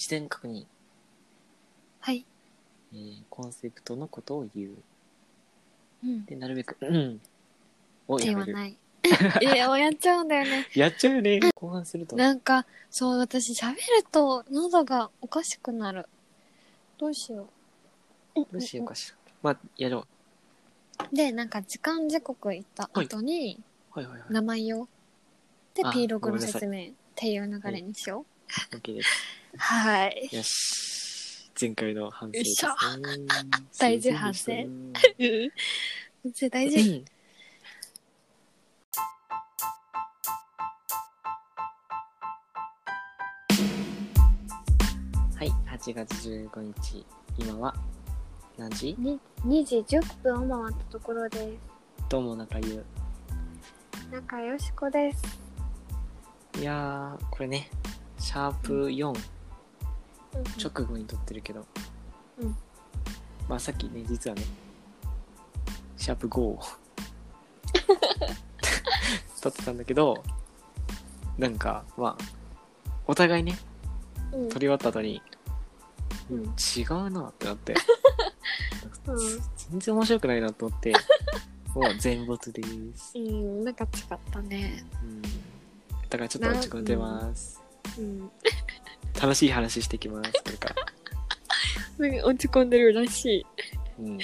事前確認。 はい。 コンセプトのことを言う。 うん。 で、なるべく、うんをやめる。 ではない。いや、もうやっちゃうんだよね。 やっちゃうよね。後半すると。 なんか、そう、私喋ると喉がおかしくなる。どうしよう。 どうしようかしら。まあ、やろで、なんか時間時刻言った後に、 う。はいはいはい。 名前を。で、 あ P ログのごめんなさい説明っていう流れにしよう。 OK です。 はい。 よし。前回の反省ですよっしゃね。 大事反省。 すいませんでし反省大た事。 はい、8月15日。今は何時 2時10分を回ったところです。 どうも仲ゆう。 仲よしこです。 いやー、これね、シャープ4、直後に撮ってるけど、まあさっきね、実はね、シャープ5を撮ってたんだけど、なんか、まあ、お互いね、撮り終わった後に、違うなってなって、全然面白くないなと思って、もう全没です。 なんか違ったね。 だからちょっと落ち込んでます。 うん。 楽しい話してきます。これから。 なんか落ち込んでるらしい。 元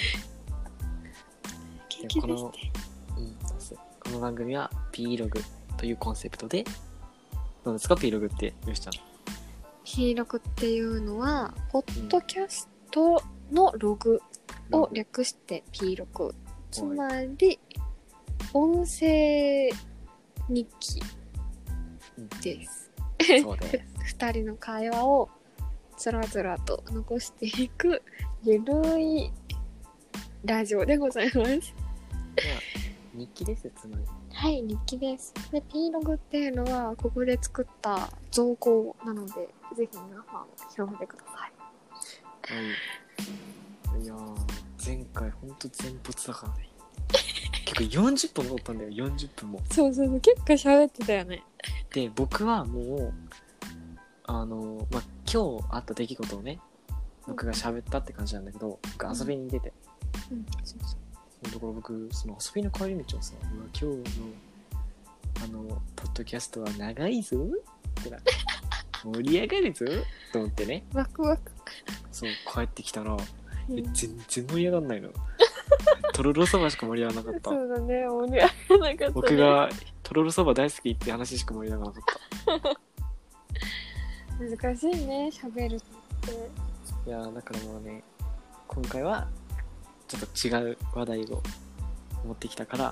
気ですね。 この番組は P ログというコンセプトで、何ですか P ログってよしちゃん。 P ログっていうのは、ポッドキャストのログを略して P ログ。つまり、音声日記です。 そうです。 二人の会話をつらつらと残していくゆるいラジオでございます。 日記です、つまり。 はい、日記です。で、P ログっていうのはここで作った造語なので、ぜひ皆さん広めてください。 はい。いやー、前回ほんと全没だからね。結構40分撮ったんだよ、40分も。 そう、結構喋ってたよね。 で、僕はもう、まあ、今日あった出来事をね、僕が喋ったって感じなんだけど、僕遊びに出て。そうそう。そのところ僕、その遊びの帰り道をさ、今日の、ポッドキャストは長いぞってな。盛り上がるぞと思ってね。 ワクワク。 そう、帰ってきたら、全然盛り上がんないの。とろろそばしか盛り上がらなかった。 そうだね、盛り上がらなかった、ね。 僕がとろろそば大好きって話しか盛り上がらなかった。 難しいね、喋るって。 いやだからもうね、今回はちょっと違う話題を持ってきたから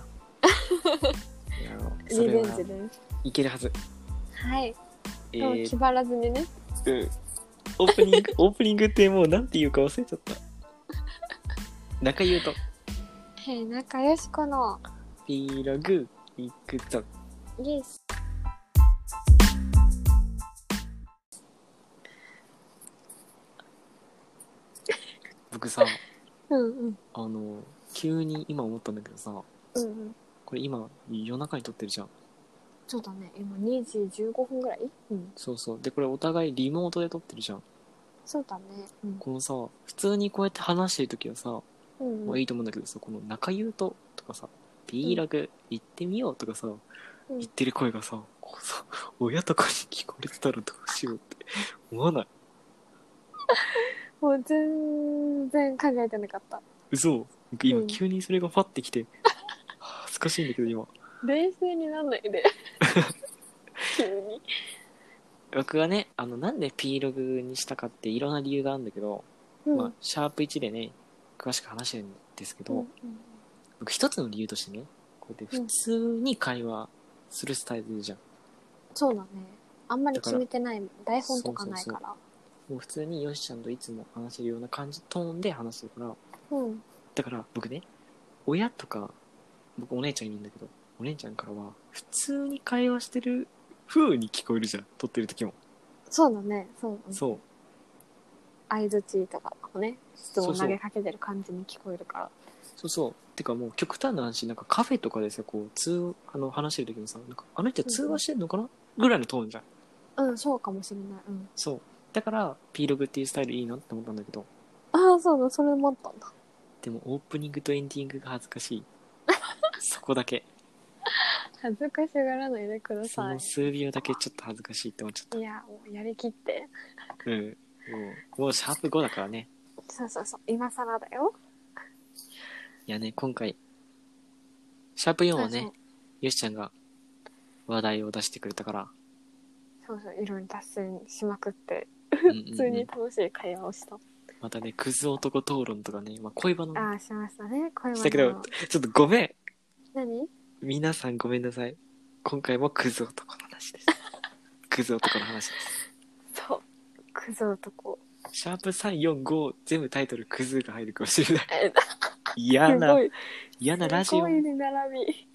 それはいけるはず。 はい。気張らずにね。 オープニングってもうなんて言うか忘れちゃった。中優と仲良しこの P ログいくぞ。 イエス。 僕さ、急に今思ったんだけどさ、これ今夜中に撮ってるじゃん。 そうだね、今2時15分ぐらい。 そうそう。でこれお互いリモートで撮ってるじゃん。 そうだね。 このさ、普通にこうやって話してるときはさ、まあいいと思うんだけどさ、この中優とかさ、P ログ行ってみようとかさ、言ってる声がさ、こうさ、親とかに聞こえてたらどうしようって思わない？ もう全然考えてなかった。 嘘？今急にそれがパッてきて、恥ずかしいんだけど今。 冷静になんないで。急に。 僕がね、なんで P ログにしたかっていろんな理由があるんだけど、まあ、シャープ1でね、詳しく話してるんですけど、僕一つの理由としてね、こうやって普通に会話するスタイルじゃん。 そうだね。あんまり決めてない、台本とかないから。 もう普通にヨシちゃんといつも話せるような感じ、トーンで話してるから、だから僕ね、親とか、僕お姉ちゃんいるんだけど、お姉ちゃんからは普通に会話してる風に聞こえるじゃん、撮ってる時も。 そうだね、そう。相づちとかもね、質問投げかけてる感じに聞こえるから。 そう。てかもう極端な話、なんかカフェとかでさ、こう話してる時もさ、なんかあの人通話してんのかなぐらいのトーンじゃん。 そうかもしれない。 そう。 だから P ログっていうスタイルいいなって思ったんだけど、 ああ、そうだ、それもあったんだ。 でもオープニングとエンディングが恥ずかしい。そこだけ。 恥ずかしがらないでくだそさい。 の数秒だけちょっと恥ずかしいって思っちゃった。 いや、もうやりきって。 うん。もうシャープ5だからね。 そうそうそう、今更だよ。 いやね、今回、シャープ4はねそう、 よしちゃんが話題を出してくれたから、 そうそう、いろいろ脱線しまくって、 うんうんうん普通に楽しい会話をした。 またね、クズ男討論とかね、まあ、恋バナああ、しましたね。これはしたけど、ちょっとごめん。 何？ 皆さんごめんなさい。今回もクズ男の話です。クズ男の話です。 そう。クズ男。 シャープ3、4、5、全部タイトルクズが入るかもしれない。 え、 嫌なすごい、 嫌なラジオすご。い並び。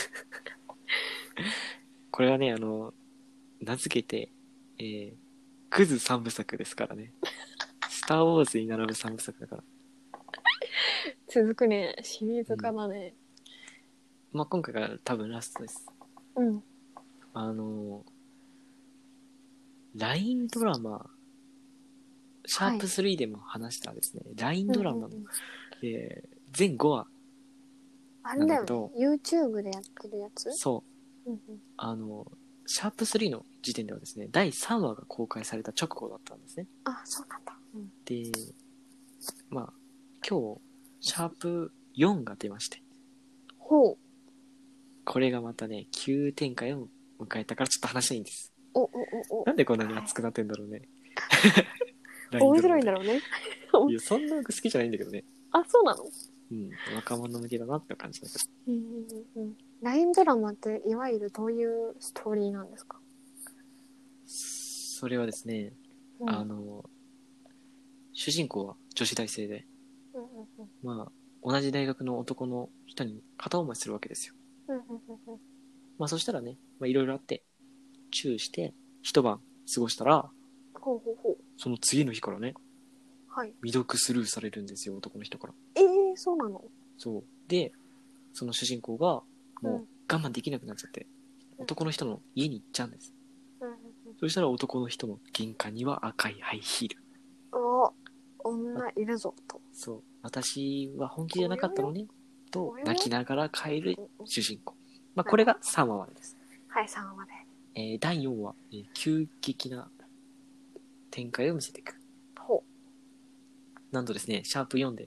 これはね、名付けて、クズ3部作ですからね。スター・ウォーズに並ぶ3部作だから。 続くね。シリーズ化だね。 まあ、今回が多分ラストです。 うん。 LINE ドラマ、シャープ3でも話したですね、LINE ドラマの、全5話あれだよね。YouTube でやってるやつ？ そう、 うんうん、 シャープ3の時点ではですね、第3話が公開された直後だったんですね。 あ、そうなんだ。うん、 で、まあ、今日、シャープ4が出まして。 ほう。 これがまたね、急展開を迎えたからちょっと話したいんです。 お。 なんでこんなに熱くなってんだろうね。 面白いんだろうね。 いや、そんな好きじゃないんだけどね。 あ、そうなの？ うん、若者向けだなって感じだけど。 LINE ドラマっていわゆるどういうストーリーなんですか？ それはですね、 うん、 主人公は女子大生で、まあ、同じ大学の男の人に片思いするわけですよ。まあ、そしたらね、まあ、いろいろあって、チューして、一晩過ごしたら、その次の日からね、 はい。 未読スルーされるんですよ、男の人から。 そうなの？ そう。で、その主人公が、もう我慢できなくなっちゃって、男の人の家に行っちゃうんです。そしたら男の人の玄関には赤いハイヒール。 女いるぞと。 そう。私は本気じゃなかったのね。と、泣きながら帰る主人公。まあ、これが3話までです。 はい、3話まで。 第4話、急激な展開を見せていく。 ほう。なんとですね、シャープ4で、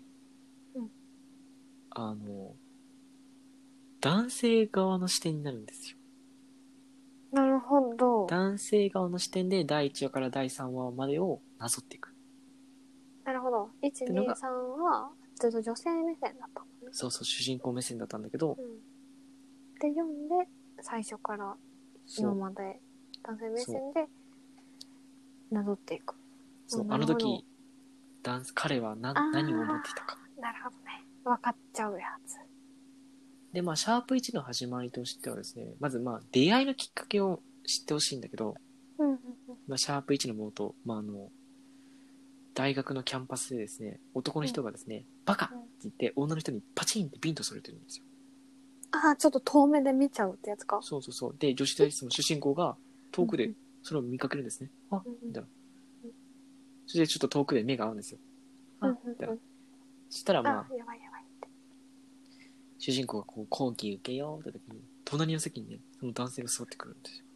男性側の視点になるんですよ。 なるほど。 男性側の視点で第1話から第3話までをなぞっていく。 なるほど。1、2、3はずっと女性目線だったのね。 そうそう、主人公目線だったんだけど、 で、4で最初から今まで男性目線でなぞっていく。 そう、あの時、彼は何を思っていたか。 なるほどね。分かっちゃうやつ。 で、まあ、シャープ1の始まりとしてはですね、まず、まあ、出会いのきっかけを知ってほしいんだけど、まあ、シャープ1の冒頭、まあ、大学のキャンパスでですね、男の人がですね、バカって言って、女の人にパチンってビンとされてるんですよ。 ちょっと遠目で見ちゃうってやつか。 そうそうそう。で、女子大生の主人公が遠くでそれを見かけるんですね。みたいな。それでちょっと遠くで目が合うんですよ。みたいな。そしたらまあ、 やばいって。 主人公がこう、講義受けようって時に、隣の席にね、その男性が座ってくるんですよ。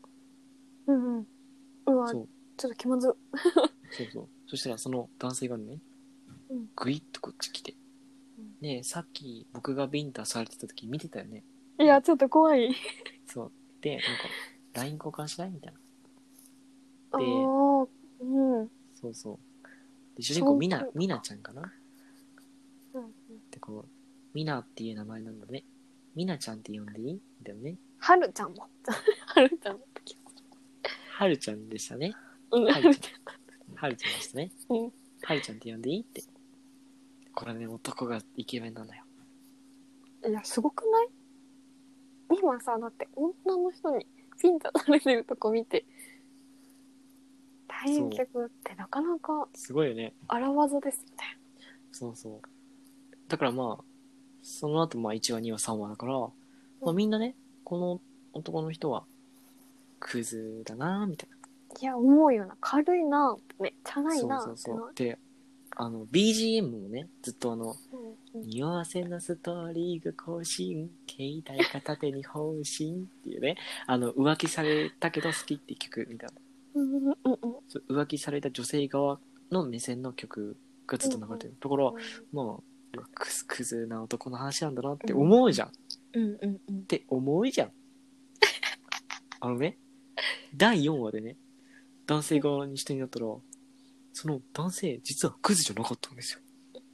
うわ、ちょっと気まず。 そうそう。そしたらその男性がね、ぐいっとこっち来て、ねえ、さっき僕がビンタされてた時見てたよね。 いや、ちょっと怖い。 そう。で、なんか、LINE 交換しないみたいな。で、そうそう。で、主人公、みなちゃんかな。で、こう、みなっていう名前なので、みなちゃんって呼んでいいんだよね。 はるちゃんも。はるちゃんの時。 はるちゃんでしたね。 はるちゃん。 はるちゃんでしたね。はるちゃんって呼んでいいって。これね、男がイケメンなんだよ。 いや、すごくない？今さ、だって女の人にピンタされてるとこ見て、対局ってなかなかすごいよね。 荒技ですよね。 そうそう。だからまあ、その後まあ1話2話3話だから、まあみんなね、この男の人はクズだなみたいな。 いや、思うよな。軽いな。めっちゃないな。 そうそうそう。で、BGM もね、ずっとうん。 匂わせのストーリーが更新、携帯片手に方針っていうね、浮気されたけど好きって曲みたいな。そう浮気された女性側の目線の曲がずっと流れてるところ、もう、クズな男の話なんだなって思うじゃん。って思うじゃん。ね、第4話でね、男性側に視点になったら、その男性、実はクズじゃなかったんですよ。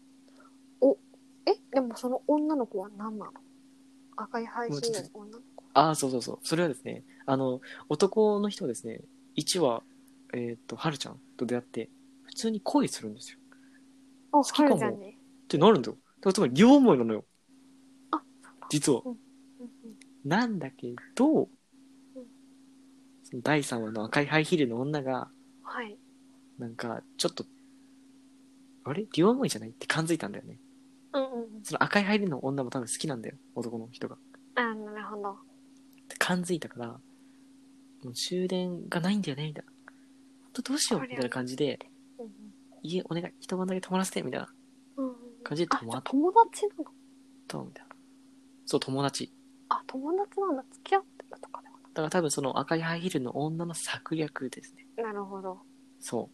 でもその女の子は何なの？赤い配信の女の子。 そうそうそう。それはですね、男の人はですね、1話、はるちゃんと出会って、普通に恋するんですよ。好きかもってなるんだよ。だからつまり両思いなのよ。実は。なんだけど、その第3話の赤いハイヒールの女が、なんか、ちょっと、あれ両思いじゃないって感づいたんだよね。その赤いハイヒールの女も多分好きなんだよ。男の人が。 なるほど。 感づいたから、もう終電がないんだよね、みたいな。どうしようみたいな感じで、家お願い、一晩だけ泊まらせて、みたいな感じで泊まった。 友達なの？ みたいな。そう、友達。 友達なんだ。付き合ってるとかではなだから多分その赤いハイヒールの女の策略ですね。 なるほど。 そう。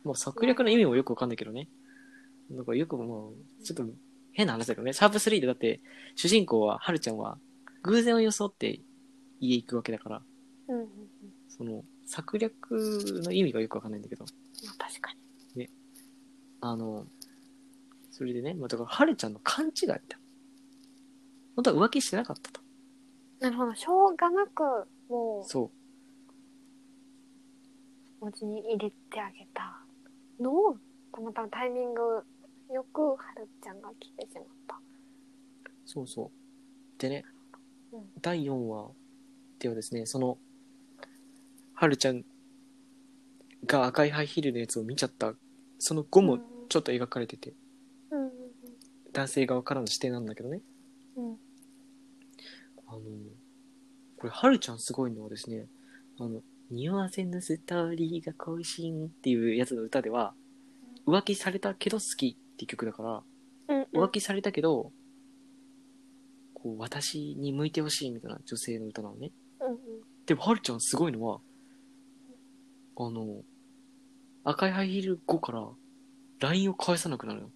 もう策略の意味もよくわかんないけどね。なんかよくもう、ちょっと変な話だけどね。シャープ3でだって、主人公は、はるちゃんは、偶然を装って家行くわけだから、その、策略の意味がよくわかんないんだけど。 確かに。ね。それでね、だから、はるちゃんの勘違いだ。本当は浮気してなかったと。 なるほど。しょうがなく、もう、 そう。 お家に入れてあげたのを、たまたまタイミングよく、はるちゃんが来てしまった。 そうそう。でね、第4話ではですね、その、はるちゃんが赤いハイヒールのやつを見ちゃった、その後もちょっと描かれてて、男性側からの視点なんだけどね。これ、はるちゃんすごいのはですね、匂わせぬストーリーが更新っていうやつの歌では、浮気されたけど好きっていう曲だから、浮気されたけど、こう、私に向いてほしいみたいな女性の歌なのね。でも、はるちゃんすごいのは、赤いハイヒール後から LINE を返さなくなるの。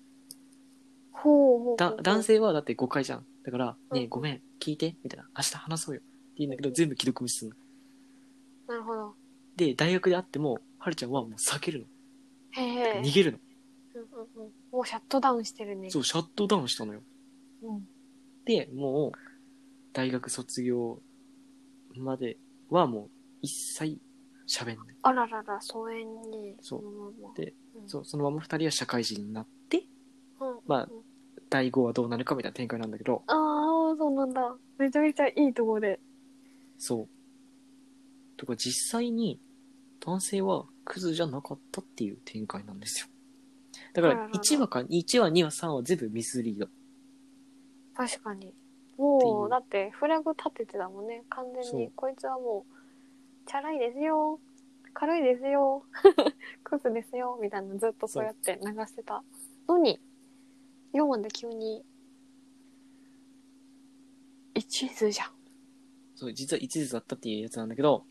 男性はだって誤解じゃん。だから、ねえ、ごめん、聞いて、みたいな。明日話そうよ。って言うんだけど、全部既読無視するの。 なるほど。 で、大学で会っても、はるちゃんはもう避けるの。逃げるの。 もうシャットダウンしてるね。 そう、シャットダウンしたのよ。で、もう、大学卒業まではもう、一切喋んない。 あららら、疎遠に。 そう。で、そのまま二人は社会人になって、第5話どうなるかみたいな展開なんだけど。 そうなんだ。めちゃめちゃいいところで。 そう。とか実際に男性はクズじゃなかったっていう展開なんですよ。だから1話か1話2話3話全部ミスリード。 確かに。もうだってフラグ立ててたもんね。完全にこいつはもうチャラいですよ。軽いですよ。クズですよみたいなずっとそうやって流してたのに4話で急に一途じゃん。 そう、実は一途だったっていうやつなんだけど、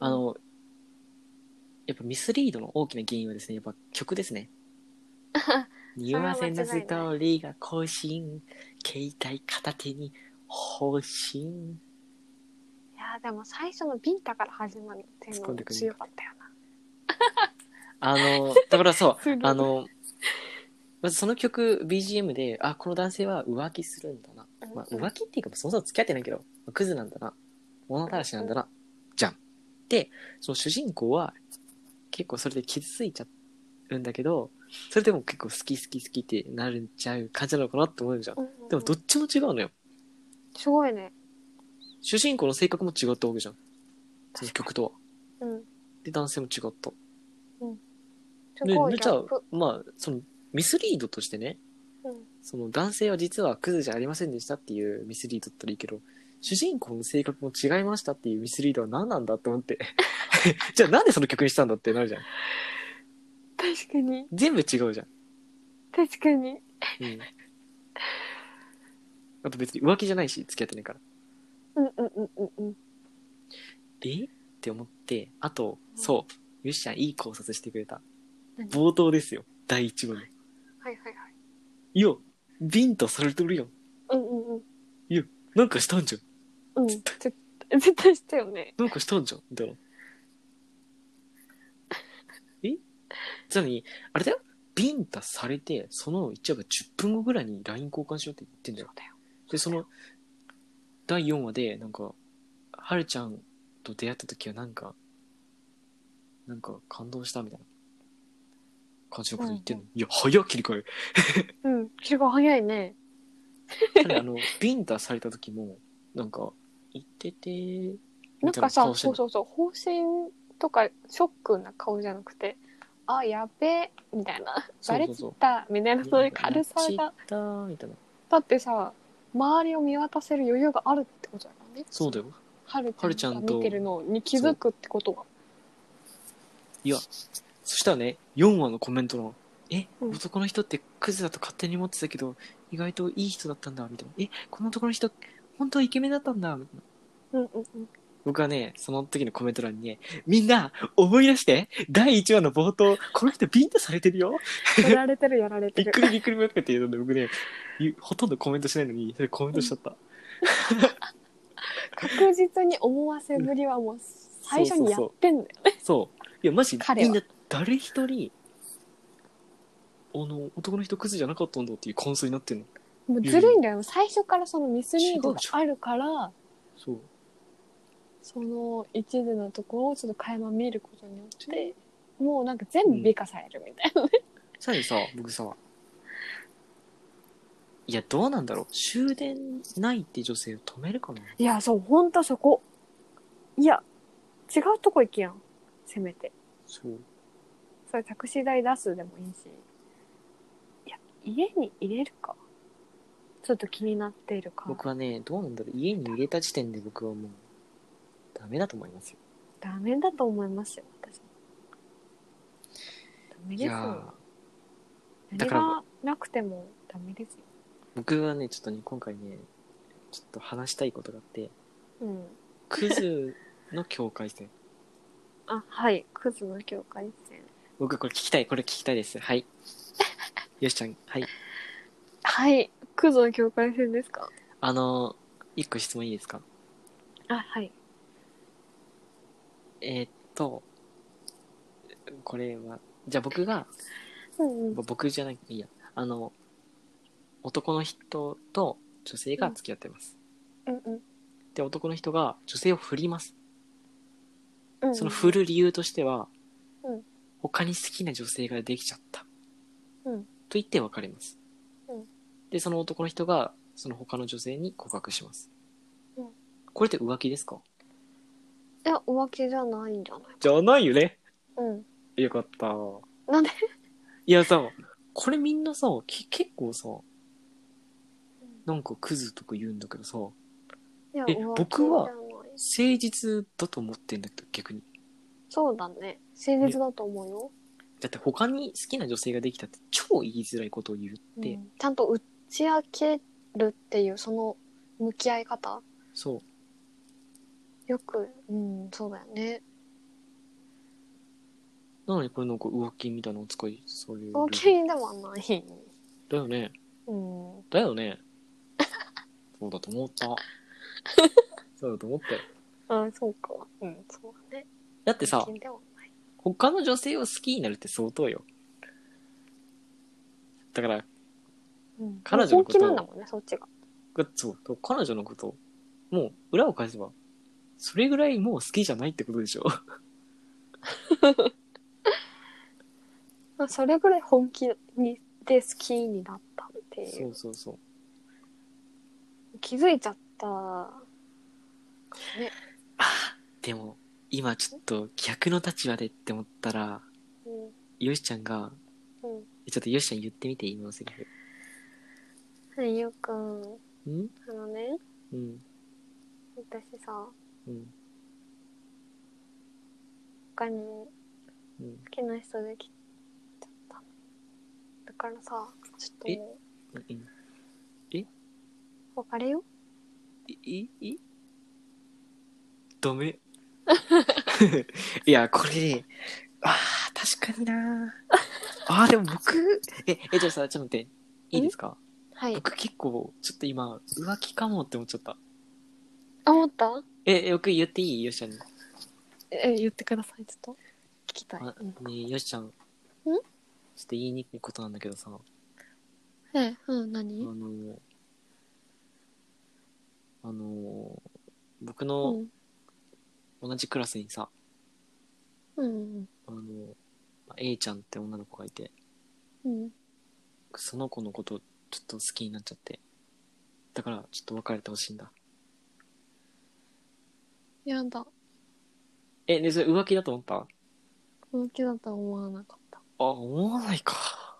やっぱミスリードの大きな原因はですね、やっぱ曲ですね。匂わせなストーリーが更新、携帯片手に方針。いやでも最初のビンタから始まるっていうのが強かったよな。だからそう、まずその曲 BGM で、この男性は浮気するんだな。浮気っていうかそもそも付き合ってないけど、クズなんだな。物たらしなんだな。じゃん。で、その主人公は結構それで傷ついちゃうんだけど、それでも結構好きってなるんちゃう感じなのかなって思うじゃん。でもどっちも違うのよ。 すごいね。 主人公の性格も違ったわけじゃん。その曲とは。で、男性も違った。で、じゃあ、そのミスリードとしてね、その男性は実はクズじゃありませんでしたっていうミスリードだったらいいけど、 主人公の性格も違いましたっていうミスリードは何なんだって思ってじゃあなんでその曲にしたんだってなるじゃん。 確かに。 全部違うじゃん。 確かに。 うん。あと別に浮気じゃないし付き合ってないから。 うんうんうんうんうん。 って思って、あと、そう、ゆっしゃんいい考察してくれた。 何？ 冒頭ですよ。第1話の。 はいはいはい。 いや、ビンタされてるやん。 うんうんうん。 いや、なんかしたんじゃん。 うん。絶対したよね。 なんかしたんじゃん。みたいな。ちなみに、あれだよ。ビンタされて、その一応が10分後ぐらいに LINE 交換しようって言ってんだよ。 そうだよ。 で、その、第4話で、なんか、はるちゃんと出会った時はなんか感動したみたいな感じのこと言ってんの。いや、早っ切り替え。 うん。切り替え早いね。 ビンタされた時も、なんか、言ってて、みたいなんかさ、 な顔してんの。 そうそうそう、放線とかショックな顔じゃなくて、あ、やべえ、みたいな。バレちった、みたいな、そういう軽さが。 みたいな。 だってさ、周りを見渡せる余裕があるってことだからね。 そうだよ。 はるちゃんが見てるのに気づくってことは。 いや、そしたらね、4話のコメント欄、 うん男の人ってクズだと勝手に思ってたけど、意外といい人だったんだ、みたいな。この男の人、本当はイケメンだったんだ、みたいな。 うんうんうん。 僕はね、その時のコメント欄にね、みんな思い出して、第1話の冒頭、この人ビンタされてるよ。 やられてるやられてる。 びっくりびっくりばっかって言うので、僕ね、ほとんどコメントしないのに、それコメントしちゃった。 確実に思わせぶりはもう最初にやってんだよね。 そう。いや、マジ、 彼はみんな誰一人、男の人クズじゃなかったんだっていう感想になってんの。 もうずるいんだよ。最初からそのミスリードがあるから、 そう。 その一途なところをちょっと垣間見ることによって、もうなんか全部美化されるみたいなね。 さらにさ、僕さ、いや、どうなんだろう。終電ないって女性を止めるかな。 いや、そう、ほんとそこ。いや、違うとこ行けやん。せめて。 そう。 それタクシー代出すでもいいし。いや、家に入れるか。ちょっと気になっているか。 僕はね、どうなんだろう。家に入れた時点で僕はもう、ダメだと思いますよ。 ダメだと思いますよ、私も。ダメですいやよ。 ー、 何がなくてもダメですよ。 僕はね、ちょっとね、今回ね、ちょっと話したいことがあって、 うん。 クズの境界線。 あ、はい。クズの境界線。 僕これ聞きたいです。はい。よしちゃん、はい。 はい。クズの境界線ですか？ 一個質問いいですか？ あ、はい。 これは、じゃあ僕が、 うんうん。 僕じゃない、いいや。男の人と女性が付き合ってます。 うんうん。 で、男の人が女性を振ります。 うんうん、 その振る理由としては、 うん、 他に好きな女性ができちゃった。 うん。 と言って別れます。 うん、 で、その男の人が、その他の女性に告白します。 うん、 これって浮気ですか？ いや、浮気じゃないんじゃない？ じゃないよね。 うん。 よかった。 なんで？ いやさ、これみんなさ、結構さ、なんかクズとか言うんだけどさ、 いや、 僕は浮気じゃない。 誠実だと思ってんだけど、逆に。 そうだね。誠実だと思うよ。 だって他に好きな女性ができたって超言いづらいことを言って、 ちゃんと打ち明けるっていうその向き合い方。 そう。 よく、そうだよね。 なのにこれなんか浮気みたいなのを使い、そういう。 浮気ではない。 だよね。 うん。 だよね。そうだと思った。そうだと思ったよ。 あ、そうか。うん、そうだね。 だってさ浮気ではない。 他の女性を好きになるって相当よ。だから、彼女のこと本気なんだもんね、そっちが。 そう、彼女のこと、もう裏を返せば、それぐらいもう好きじゃないってことでしょ。 それぐらい本気にで好きになったっていう。 そうそうそう。 気づいちゃった。ね。 でも、今ちょっと逆の立場でって思ったら、よしちゃんが、ちょっとよしちゃん言ってみて、今のセリフ。 はい、よくん。 ね。 うん。 私さ、 うん他にうん。 好きな人できちゃったの。だからさ、ちょっとえうん別れよ。 ダメ。いや、これ、確かにな。でも僕、じゃあさ、ちょっと待って、いいですか？ はい。 僕結構、ちょっと今、浮気かもって思っちゃった。 思った？ 僕言っていい？よしちゃんに。 言ってください。ちょっと聞きたい。 ねえ、よしちゃん。ちょっと言いにくいことなんだけどさ、 何？ あの、僕うのん。 同じクラスにさ、 うん A ちゃんって女の子がいて、 うん。 その子のことちょっと好きになっちゃって、だからちょっと別れてほしいんだ。 やだ。 で、それ浮気だと思った？ 浮気だとは思わなかった。 思わないか。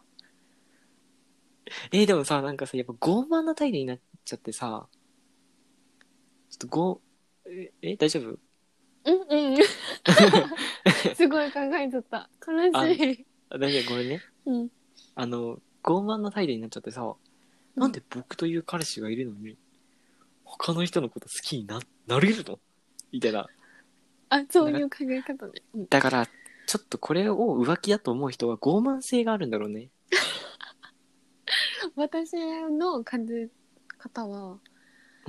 でもさ、なんかさ、やっぱ傲慢な態度になっちゃってさ、ちょっと大丈夫？ うんすごい考えちゃった。 あ、 悲しい。 大丈夫、ごめんね。 うん。 傲慢な態度になっちゃってさ、なんで僕という彼氏がいるのに、他の人のこと好きになれるのみたいな。 そういう考え方ね。 だから、ちょっとこれを浮気だと思う人は傲慢性があるんだろうね。 私の感じ方は、 うん。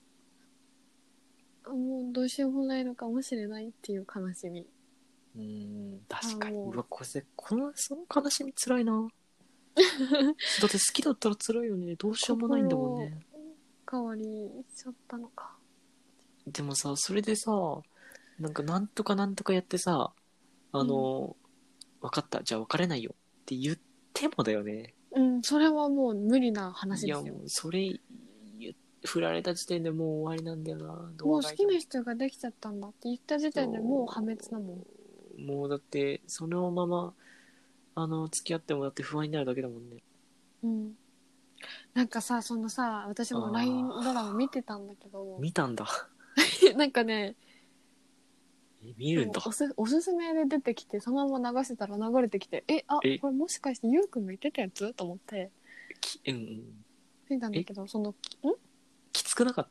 もうどうしようもないのかもしれないっていう悲しみ。 確かに。 もううわ、その悲しみ辛いな。だって好きだったら辛いよね。どうしようもないんだもんね。 変わりしちゃったのか。 でもさ、それでさ、なんとかなんとかやってさ、分かった、じゃあ別れないよって言ってもだよね。 それはもう無理な話いや、 ですよ。 もうそれ、振られた時点でもう終わりなんだよな。 もう好きな人ができちゃったんだって言った時点でもう破滅だもん。 もうだって、そのまま、付き合ってもだって不安になるだけだもんね。 なんかさ、そのさ、私も LINE ドラマ見てたんだけど、 見たんだ。 なんかね、 見るんだ。 おすすめで出てきて、そのまま流してたら流れてきて、これもしかしてゆうくんが言ってたやつと思って、見たんだけど、 きつくなかった？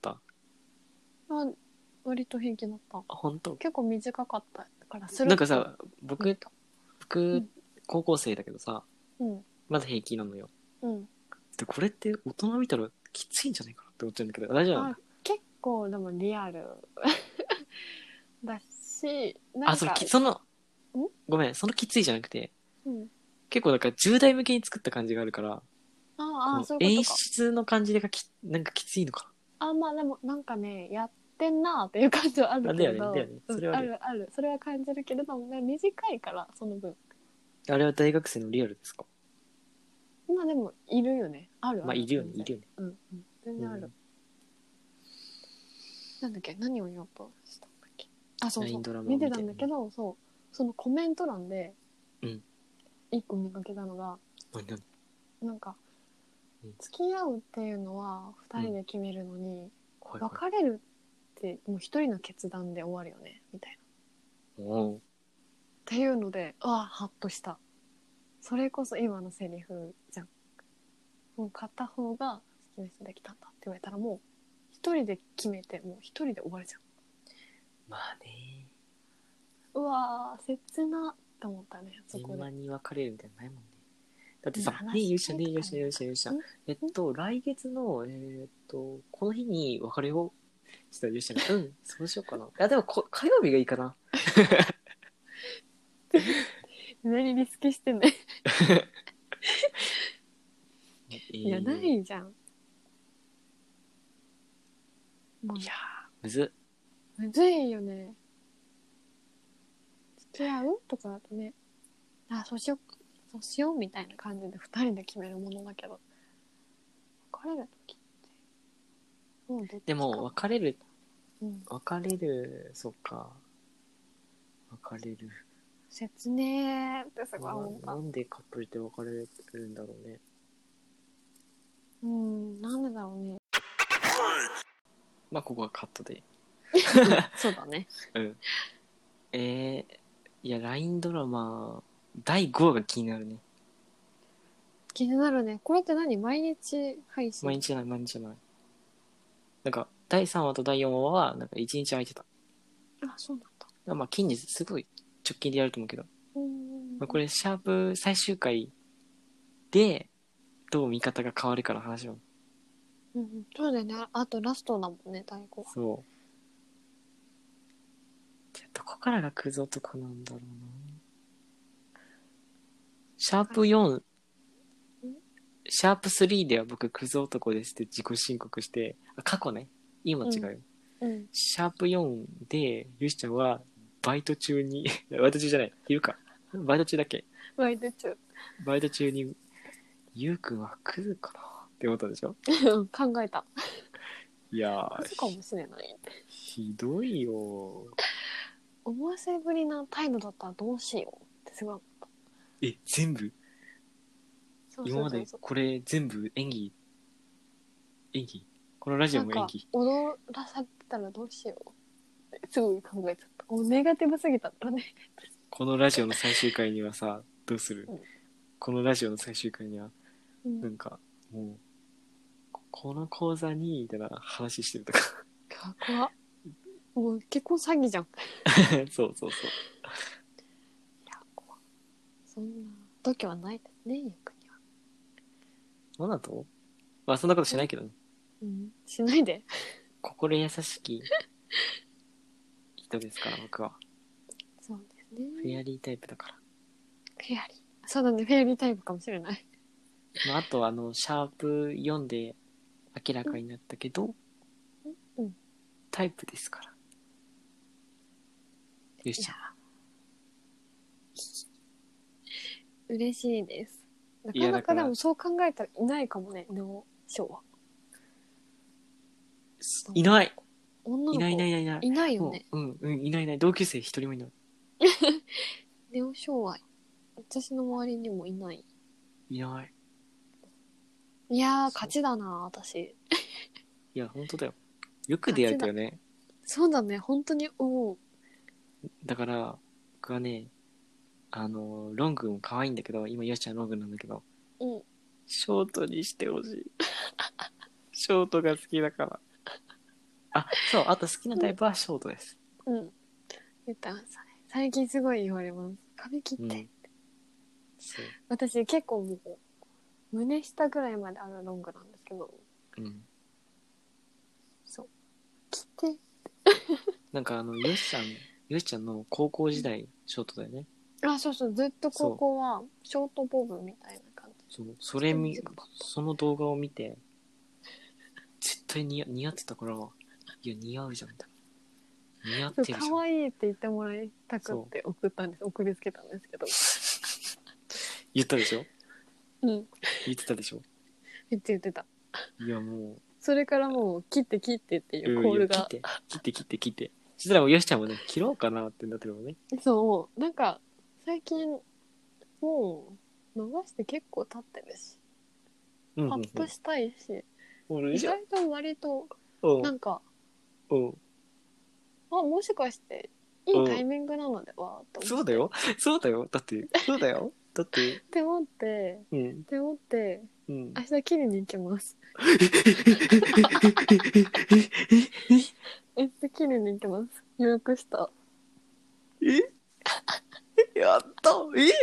割と平気だった。 本当？ 結構短かったからスルッと。 なんかさ、僕、 うん高校生だけどさ、 うんまだ平気なのよ。 うんで、これって大人見たらきついんじゃないかなって思っちゃうんだけど、大丈夫なんだ。 結構でもリアルだし、なんかごめん、そのきついじゃなくて、 うん、 結構10代向けに作った感じがあるから、 そういう演ことか。 出の感じでなんかきついのかまあでもなんかね、やってんなーっていう感じはあるけれど、 だよね。それはあるある、それは感じるけれども、ね、短いからその分。 あれは大学生のリアルですか？ まあでもいるよね。あるある。 まあ、いるよね。 全然ある。なんだっけ、何を言おうとしたんだっけ。そう見てたんだけど、そのコメント欄で一個見かけたのが、なんか付き合うっていうのは2人で決めるのに、別れるってもう1人の決断で終わるよねみたいなっていうので、ハッとした。それこそ今のセリフじゃん。もう片方が好きな人できたんだって言われたら、もう1人で決めて、もう1人で終わるじゃん。 まあね。 切なって思ったね、そこで。 円満に別れるみたいなのないもんね。だってさ、よっしゃ。来月の、この日に別れよう。ちょっとよっしゃ、そうしようかな。いや、でも火曜日がいいかな。 何リスケしてんねいや、ないじゃん。 いやー、 むずいよね。付き合うとかだとね、そうしようみたいな感じで2人で決めるものだけど、別れる時ってもうどっちか。 でも別れる、そっか。別れる。 切ねーってすごい思った。 なんでカップルって別れるんだろうね。 なんでだろうね。 まあここはカットで。 そうだね。 うん。いや、LINE ドラマ、第5話が気になるね。 気になるね。これって何？毎日配信？ 毎日じゃない、毎日じゃない。なんか、第3話と第4話は、なんか1日空いてた。 あ、そうなんだ。 まあ、近日、すごい直近でやると思うけど。まあ、これ、シャープ最終回で、どう見方が変わるかの話を。 うんうん、そうだよね。あとラストだもんね、第5話。 そう。じゃあどこからがクズ男なんだろうな。シャープ4、シャープ3では僕クズ男ですって自己申告して、過去ね。今違うよ。シャープ4で、ゆしちゃんは、バイト中に、バイト中じゃない、昼か。バイト中だっけ？ バイト中。 バイト中に、ゆうくんはクズかなって思ったでしょ？ 考えた。 いやー、 クズかもしれない。 ひどいよ。 思わせぶりな態度だったらどうしようってすごい思った。 全部そう今までこれ全部演技このラジオも演技。 踊らされたらどうしようってすごい考えちゃった。もうネガティブすぎたからね。 このラジオの最終回にはさ、どうする？このラジオの最終回には、なんか、もう、この講座に、みたいな話してるとか。 怖っ。もう結婚詐欺じゃん。 そうそうそう。 いや、怖っ。そんな時はないですね、役には。 そうだと？まあそんなことしないけどね。 しないで。 心優しき人ですから、僕は。 そうですね。 フェアリータイプだから。 フェアリー。そうだね、フェアリータイプかもしれない。 まあ、あとシャープ4で明らかになったけど、タイプですから。よしちゃん。 嬉しいです。なかなかでもそう考えたらいないかもね、でも、ショーは。 いない。 女の子いないいないよね。 いない。同級生一人もいない。 ネオショーは私の周りにもいない。 いない。 いやー、勝ちだな、私。 いや、本当だよ。よく出会えたよね。 そうだね、本当に思う。 だから、僕はね、ロングも可愛いんだけど、今、よしちゃんロングなんだけど、ショートにしてほしい。ショートが好きだから。あ、そう、あと好きなタイプはショートです。 言ってますね。最近すごい言われます。髪切って。 そう。 私結構もう、胸下ぐらいまであるロングなんですけど。そう。切って。 なんかよしちゃんの高校時代、ショートだよね。 あ、そうそう、ずっと高校はショートボブみたいな感じ。 そう、その動画を見て、絶対似合ってたから、いや、似合うじゃんみたいな。似合ってるじゃん。 可愛いって言ってもらいたくって送りつけたんですけど。 言ったでしょ？ 言ってたでしょ？ 言ってた。 いや、もう。 それからもう、切ってっていうコールが。 切って。そしたらもうよしちゃんもね、切ろうかなってなってるもんね。 そう、なんか、最近、もう、伸ばして結構経ってるし、アップしたいし、意外と割と、なんか、もしかして、いいタイミングなのではと思って。 そうだよ。だって。って思って、明日切りに行きます。切りに行きます。予約した。 やった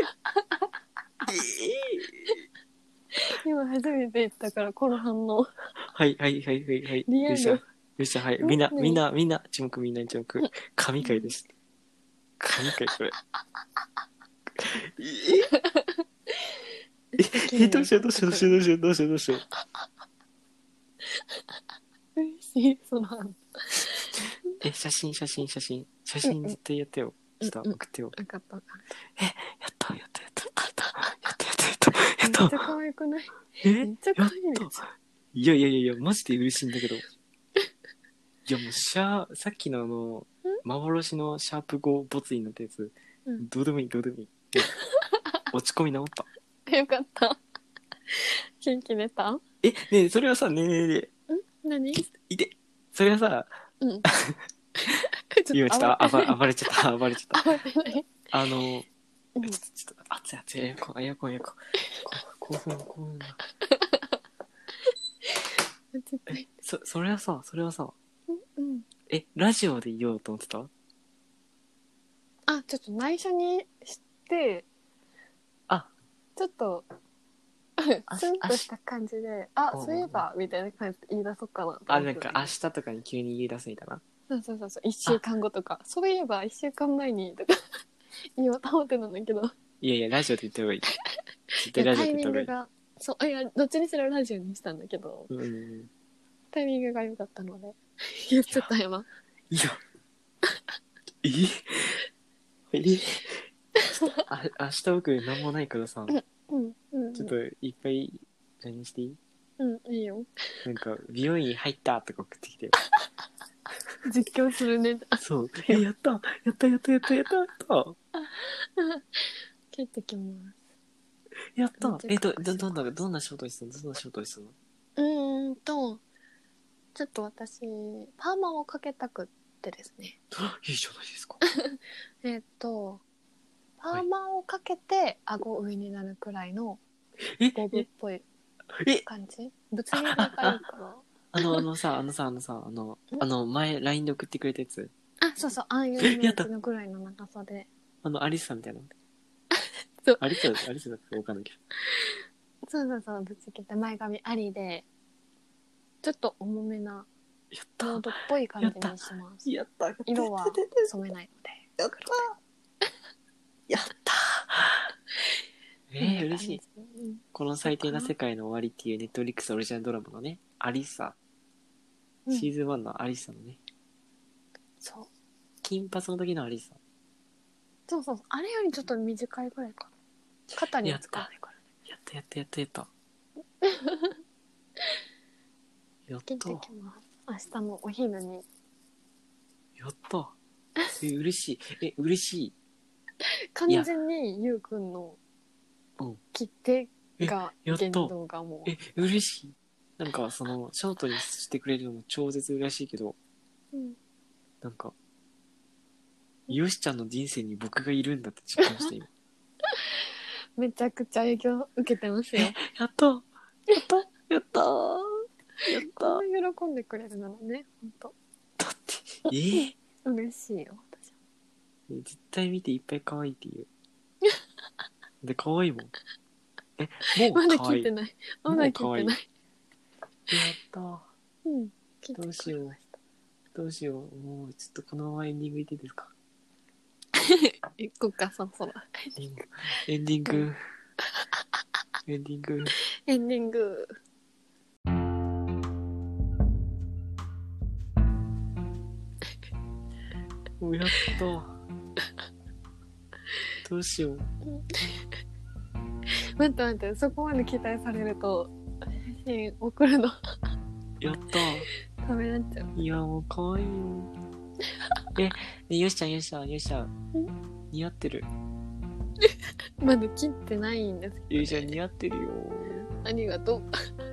今初めて言ったから、この反応。 はい。 リアル。 よし、はい。みんな、注目。神回です。神回、これ。どうしよう。嬉しい、その反応。 写真絶対やってよ。ちょっと送ってよ。 分かった。やった。 めっちゃ可愛くない？めっちゃ可愛いね。 いや、マジで嬉しいんだけど。いや、もうさっきの幻のシャープ5ボツになったやつ、どうでもいい。落ち込み直った。 よかった。元気出た？ ねえ、それはさ、ねえ。 何？ いて。 それはさ、 うん。 今ちょっと暴れちゃった暴れちゃった。 暴れてない。うん、 ちょっと熱い熱いエアコン興奮だ。それはさうん。 ラジオで言おうと思ってた？ あ、ちょっと内緒にして、 あ、 ちょっとスンとした感じで、そういえばみたいな感じで言い出そうかなと思って。 なんか明日とかに急に言い出すみたいな。 そう1週間後とか、そういえば1週間前にとか言おうと思ってたんだけど、 いやラジオで言った方がいい。絶対いやタイラジオで言った方がいい。 ミングがいやどっちにしろラジオにしたんだけど、タイミングが良かったので言っちゃったよ。 いや明日僕なんもないからさ、ちょっといっぱい LINE していい？ いいよ。 なんか美容院入ったとか送ってきて。 実況するね。 そう。やった帰ってきます。 やった。どんな仕事にするの？ちょっと私パーマをかけたくってですね。 いいじゃないですか。 パーマをかけて顎上になるくらいのボブっぽい感じ。物理がいいから。 前 LINE で送ってくれたやつ。 そう、ああいうやつのぐらいの長さで。 アリスさんみたいな。 そう。 アリスだったかわかんないけど。そう、ぶつけて前髪ありで、ちょっと重めな、モードっぽい感じにします。色は染めないので。 やった嬉しい。この最低な世界の終わりっていうネットフリックスオリジナルドラマのね、アリサ、シーズン1のアリサのね、 そう。 金髪の時のアリサ。 そう、あれよりちょっと短いくらいかな。肩に使わないからね。 やった。やった。 切ってきます。明日のお昼に。 やった。嬉しい。嬉しい。 完全にゆうくんの切手が言動がもう。 嬉しい。なんかショートにしてくれるのも超絶嬉しいけど、なんかよしちゃんの人生に僕がいるんだって実感した今。 めちゃくちゃ影響受けてますよ。 やった。 こんな喜んでくれるならね、本当。 だって嬉しいよ私。 絶対見ていっぱい可愛いって言う。で可愛いもん。もうまだ聞いてない。まだ聞いてない。 やった。どうしよう。もうちょっとこのままエンディングいっていいですか？ 行こうか、そろそろ。 エンディング。もうやった。どうしよう。 待って、そこまで期待されると写真送るのやった。 ダメになっちゃう。 いやもう可愛いよ。よしちゃん似合ってる。 まだ切ってないんですけど、 よしちゃん似合ってるよ。 ありがとう。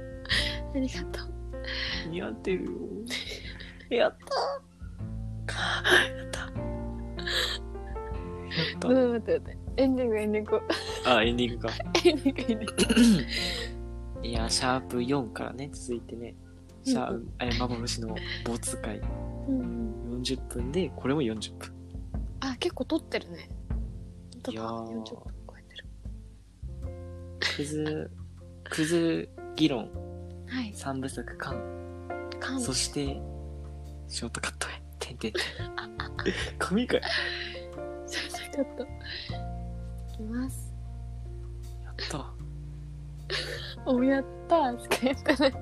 似合ってるよ。やった。 待って。エンディング。 エンディングか。いや、シャープ4からね、続いてね、幻の没会。40分で、これも40分。 結構撮ってるね。 いやー、 40分超えてる。クズ議論。 はい。 3部作完。そして、ショートカットへ。神回。 ショートカット。いきます。 やった。 やったーしか言ってない。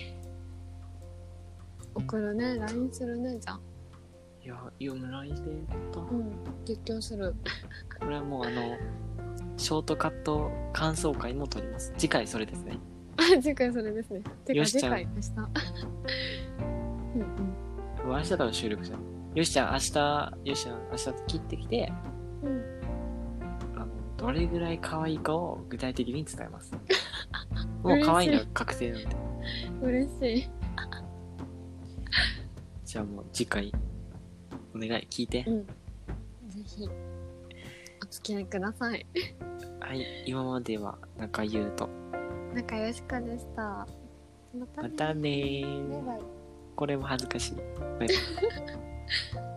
送るね、LINE するね、じゃん。 いや、読む LINE してよかった。 実況する。 これはもうショートカット感想会も撮ります。次回それですね。 次回それですね。 よしちゃん。 明日。 明日から収録じゃん。よしちゃん、明日切ってきて、どれぐらい可愛いかを具体的に伝えます。もう可愛いのは確定なんで。 嬉しい。 じゃあもう次回お願い聞いて、 ぜひお付き合いください。 はい、今までは中優と仲良しかでした。またね。 またねー。 バイバイ。 これも恥ずかしい。バイバイ